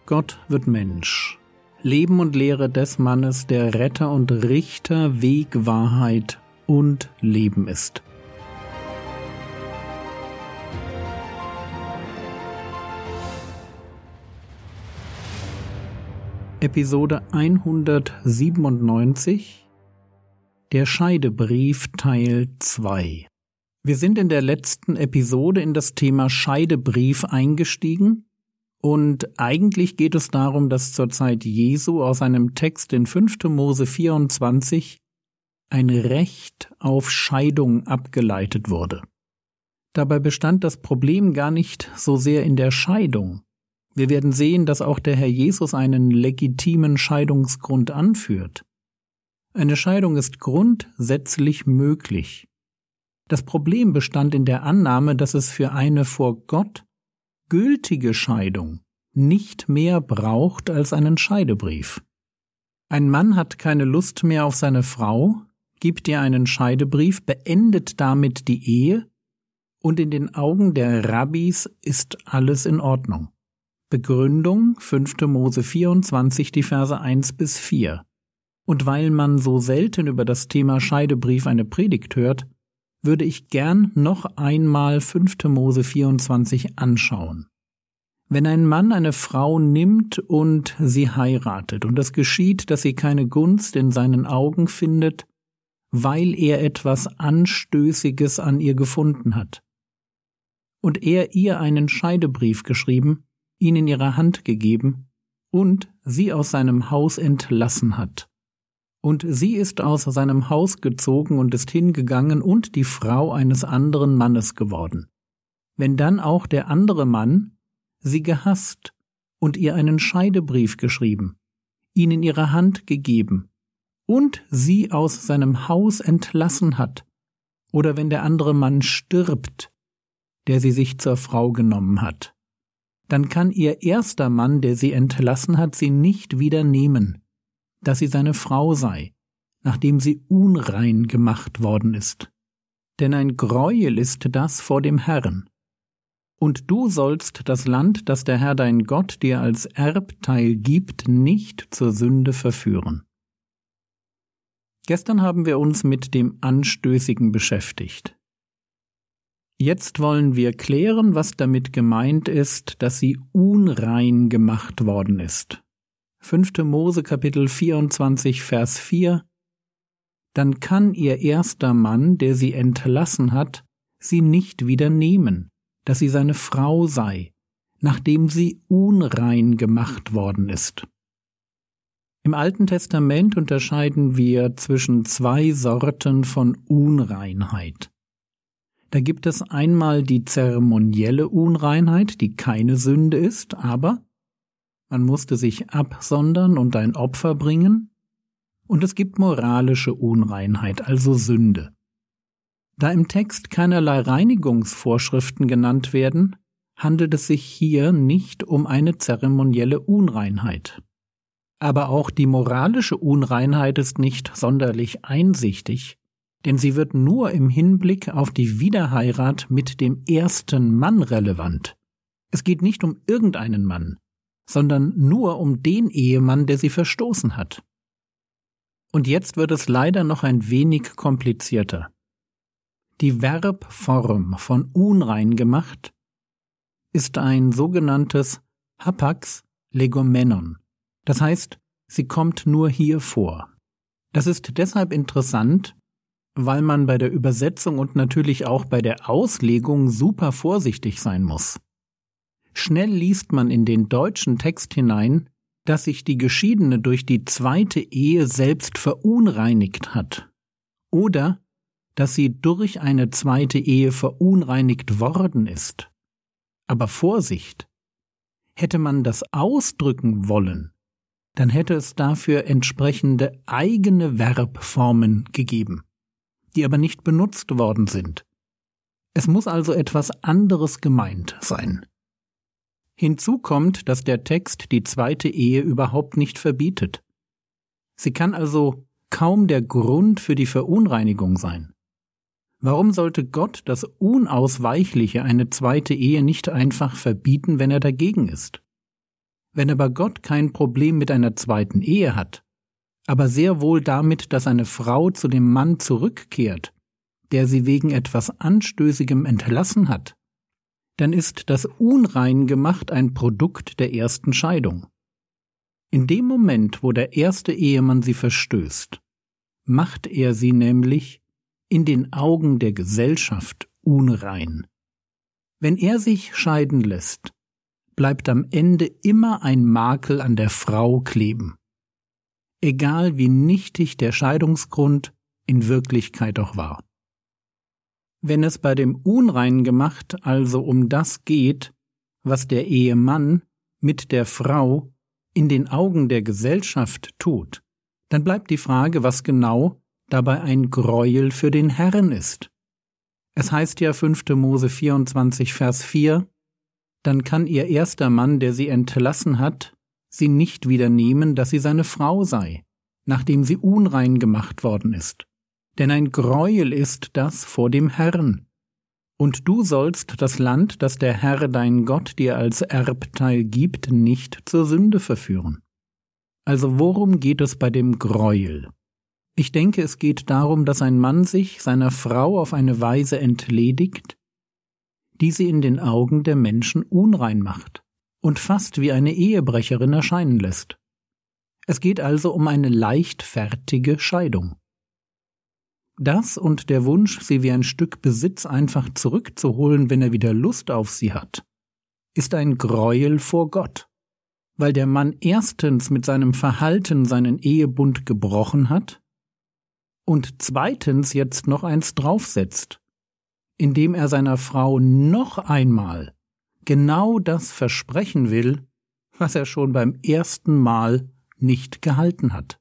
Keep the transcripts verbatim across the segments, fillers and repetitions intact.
Gott wird Mensch. Leben und Lehre des Mannes, der Retter und Richter, Weg, Wahrheit und Leben ist. Episode hundertsiebenundneunzig Der Scheidebrief Teil zwei. Wir sind in der letzten Episode in das Thema Scheidebrief eingestiegen und eigentlich geht es darum, dass zur Zeit Jesu aus einem Text in fünfter Mose vierundzwanzig ein Recht auf Scheidung abgeleitet wurde. Dabei bestand das Problem gar nicht so sehr in der Scheidung. Wir werden sehen, dass auch der Herr Jesus einen legitimen Scheidungsgrund anführt. Eine Scheidung ist grundsätzlich möglich. Das Problem bestand in der Annahme, dass es für eine vor Gott gültige Scheidung nicht mehr braucht als einen Scheidebrief. Ein Mann hat keine Lust mehr auf seine Frau, gibt ihr einen Scheidebrief, beendet damit die Ehe und in den Augen der Rabbis ist alles in Ordnung. Begründung fünfter Mose vierundzwanzig, die Verse eins bis vier. Und weil man so selten über das Thema Scheidebrief eine Predigt hört, würde ich gern noch einmal fünfter Mose vierundzwanzig anschauen. Wenn ein Mann eine Frau nimmt und sie heiratet, und es geschieht, dass sie keine Gunst in seinen Augen findet, weil er etwas Anstößiges an ihr gefunden hat, und er ihr einen Scheidebrief geschrieben, ihn in ihre Hand gegeben und sie aus seinem Haus entlassen hat. Und sie ist aus seinem Haus gezogen und ist hingegangen und die Frau eines anderen Mannes geworden. Wenn dann auch der andere Mann sie gehasst und ihr einen Scheidebrief geschrieben, ihn in ihre Hand gegeben und sie aus seinem Haus entlassen hat, oder wenn der andere Mann stirbt, der sie sich zur Frau genommen hat, dann kann ihr erster Mann, der sie entlassen hat, sie nicht wieder nehmen, dass sie seine Frau sei, nachdem sie unrein gemacht worden ist. Denn ein Greuel ist das vor dem Herrn. Und du sollst das Land, das der Herr dein Gott dir als Erbteil gibt, nicht zur Sünde verführen. Gestern haben wir uns mit dem Anstößigen beschäftigt. Jetzt wollen wir klären, was damit gemeint ist, dass sie unrein gemacht worden ist. fünfter Mose Kapitel vierundzwanzig Vers vier. Dann kann ihr erster Mann, der sie entlassen hat, sie nicht wieder nehmen, dass sie seine Frau sei, nachdem sie unrein gemacht worden ist. Im Alten Testament unterscheiden wir zwischen zwei Sorten von Unreinheit. Da gibt es einmal die zeremonielle Unreinheit, die keine Sünde ist, aber man musste sich absondern und ein Opfer bringen. Und es gibt moralische Unreinheit, also Sünde. Da im Text keinerlei Reinigungsvorschriften genannt werden, handelt es sich hier nicht um eine zeremonielle Unreinheit. Aber auch die moralische Unreinheit ist nicht sonderlich einsichtig, denn sie wird nur im Hinblick auf die Wiederheirat mit dem ersten Mann relevant. Es geht nicht um irgendeinen Mann, sondern nur um den Ehemann, der sie verstoßen hat. Und jetzt wird es leider noch ein wenig komplizierter. Die Verbform von unrein gemacht ist ein sogenanntes Hapax legomenon. Das heißt, sie kommt nur hier vor. Das ist deshalb interessant, weil man bei der Übersetzung und natürlich auch bei der Auslegung super vorsichtig sein muss. Schnell liest man in den deutschen Text hinein, dass sich die Geschiedene durch die zweite Ehe selbst verunreinigt hat oder dass sie durch eine zweite Ehe verunreinigt worden ist. Aber Vorsicht! Hätte man das ausdrücken wollen, dann hätte es dafür entsprechende eigene Verbformen gegeben, die aber nicht benutzt worden sind. Es muss also etwas anderes gemeint sein. Hinzu kommt, dass der Text die zweite Ehe überhaupt nicht verbietet. Sie kann also kaum der Grund für die Verunreinigung sein. Warum sollte Gott das Unausweichliche, eine zweite Ehe, nicht einfach verbieten, wenn er dagegen ist? Wenn aber Gott kein Problem mit einer zweiten Ehe hat, aber sehr wohl damit, dass eine Frau zu dem Mann zurückkehrt, der sie wegen etwas Anstößigem entlassen hat, dann ist das unrein gemacht ein Produkt der ersten Scheidung. In dem Moment, wo der erste Ehemann sie verstößt, macht er sie nämlich in den Augen der Gesellschaft unrein. Wenn er sich scheiden lässt, bleibt am Ende immer ein Makel an der Frau kleben. Egal wie nichtig der Scheidungsgrund in Wirklichkeit auch war. Wenn es bei dem unrein gemacht also um das geht, was der Ehemann mit der Frau in den Augen der Gesellschaft tut, dann bleibt die Frage, was genau dabei ein Gräuel für den Herrn ist. Es heißt ja fünfter Mose vierundzwanzig, Vers vier, dann kann ihr erster Mann, der sie entlassen hat, sie nicht wieder nehmen, dass sie seine Frau sei, nachdem sie unrein gemacht worden ist. Denn ein Gräuel ist das vor dem Herrn. Und du sollst das Land, das der Herr dein Gott dir als Erbteil gibt, nicht zur Sünde verführen. Also worum geht es bei dem Gräuel? Ich denke, es geht darum, dass ein Mann sich seiner Frau auf eine Weise entledigt, die sie in den Augen der Menschen unrein macht und fast wie eine Ehebrecherin erscheinen lässt. Es geht also um eine leichtfertige Scheidung. Das und der Wunsch, sie wie ein Stück Besitz einfach zurückzuholen, wenn er wieder Lust auf sie hat, ist ein Gräuel vor Gott, weil der Mann erstens mit seinem Verhalten seinen Ehebund gebrochen hat und zweitens jetzt noch eins draufsetzt, indem er seiner Frau noch einmal genau das versprechen will, was er schon beim ersten Mal nicht gehalten hat.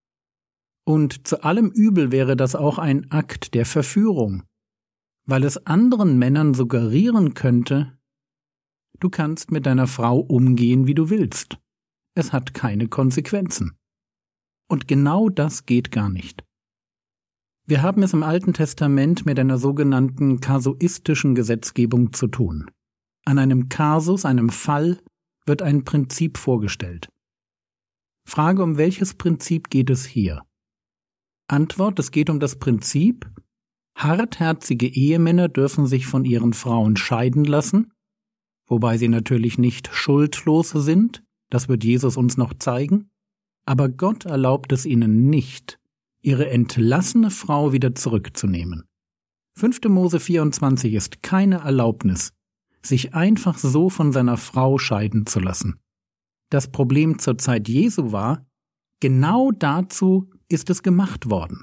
Und zu allem Übel wäre das auch ein Akt der Verführung, weil es anderen Männern suggerieren könnte, du kannst mit deiner Frau umgehen, wie du willst. Es hat keine Konsequenzen. Und genau das geht gar nicht. Wir haben es im Alten Testament mit einer sogenannten kasuistischen Gesetzgebung zu tun. An einem Kasus, einem Fall, wird ein Prinzip vorgestellt. Frage, um welches Prinzip geht es hier? Antwort, es geht um das Prinzip, hartherzige Ehemänner dürfen sich von ihren Frauen scheiden lassen, wobei sie natürlich nicht schuldlos sind, das wird Jesus uns noch zeigen, aber Gott erlaubt es ihnen nicht, ihre entlassene Frau wieder zurückzunehmen. fünfter Mose vierundzwanzig ist keine Erlaubnis, sich einfach so von seiner Frau scheiden zu lassen. Das Problem zur Zeit Jesu war, genau dazu ist es gemacht worden.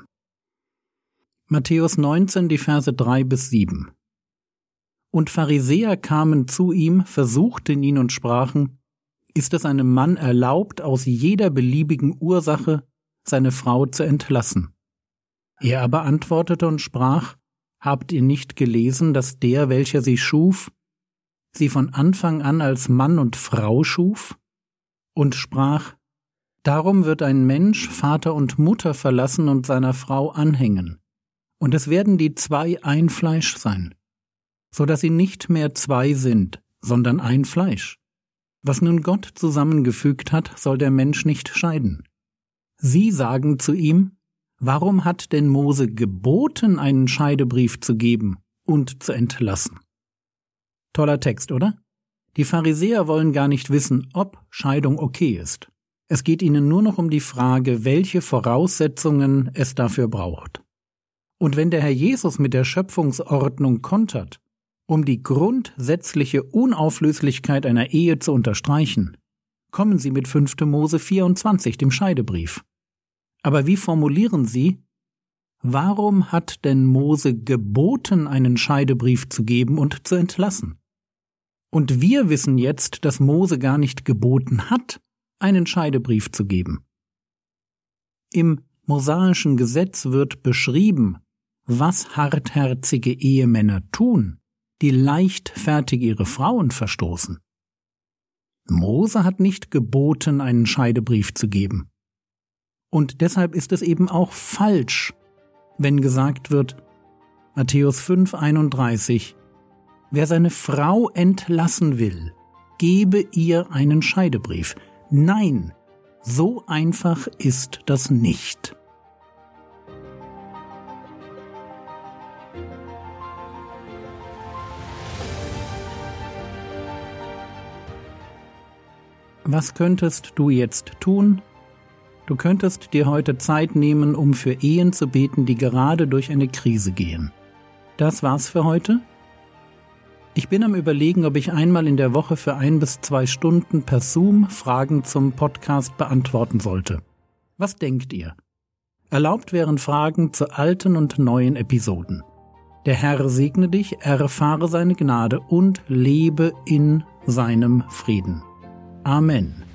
Matthäus neunzehn, die Verse drei bis sieben. Und Pharisäer kamen zu ihm, versuchten ihn und sprachen, ist es einem Mann erlaubt, aus jeder beliebigen Ursache seine Frau zu entlassen? Er aber antwortete und sprach, habt ihr nicht gelesen, dass der, welcher sie schuf, sie von Anfang an als Mann und Frau schuf? Und sprach, darum wird ein Mensch Vater und Mutter verlassen und seiner Frau anhängen, und es werden die zwei ein Fleisch sein, so dass sie nicht mehr zwei sind, sondern ein Fleisch. Was nun Gott zusammengefügt hat, soll der Mensch nicht scheiden. Sie sagen zu ihm, warum hat denn Mose geboten, einen Scheidebrief zu geben und zu entlassen? Toller Text, oder? Die Pharisäer wollen gar nicht wissen, ob Scheidung okay ist. Es geht ihnen nur noch um die Frage, welche Voraussetzungen es dafür braucht. Und wenn der Herr Jesus mit der Schöpfungsordnung kontert, um die grundsätzliche Unauflöslichkeit einer Ehe zu unterstreichen, kommen sie mit fünfter Mose vierundzwanzig, dem Scheidebrief. Aber wie formulieren sie, warum hat denn Mose geboten, einen Scheidebrief zu geben und zu entlassen? Und wir wissen jetzt, dass Mose gar nicht geboten hat, einen Scheidebrief zu geben. Im mosaischen Gesetz wird beschrieben, was hartherzige Ehemänner tun, die leichtfertig ihre Frauen verstoßen. Mose hat nicht geboten, einen Scheidebrief zu geben. Und deshalb ist es eben auch falsch, wenn gesagt wird, Matthäus fünf, einunddreißig, wer seine Frau entlassen will, gebe ihr einen Scheidebrief. Nein, so einfach ist das nicht. Was könntest du jetzt tun? Du könntest dir heute Zeit nehmen, um für Ehen zu beten, die gerade durch eine Krise gehen. Das war's für heute. Ich bin am Überlegen, ob ich einmal in der Woche für ein bis zwei Stunden per Zoom Fragen zum Podcast beantworten sollte. Was denkt ihr? Erlaubt wären Fragen zu alten und neuen Episoden. Der Herr segne dich, erfahre seine Gnade und lebe in seinem Frieden. Amen.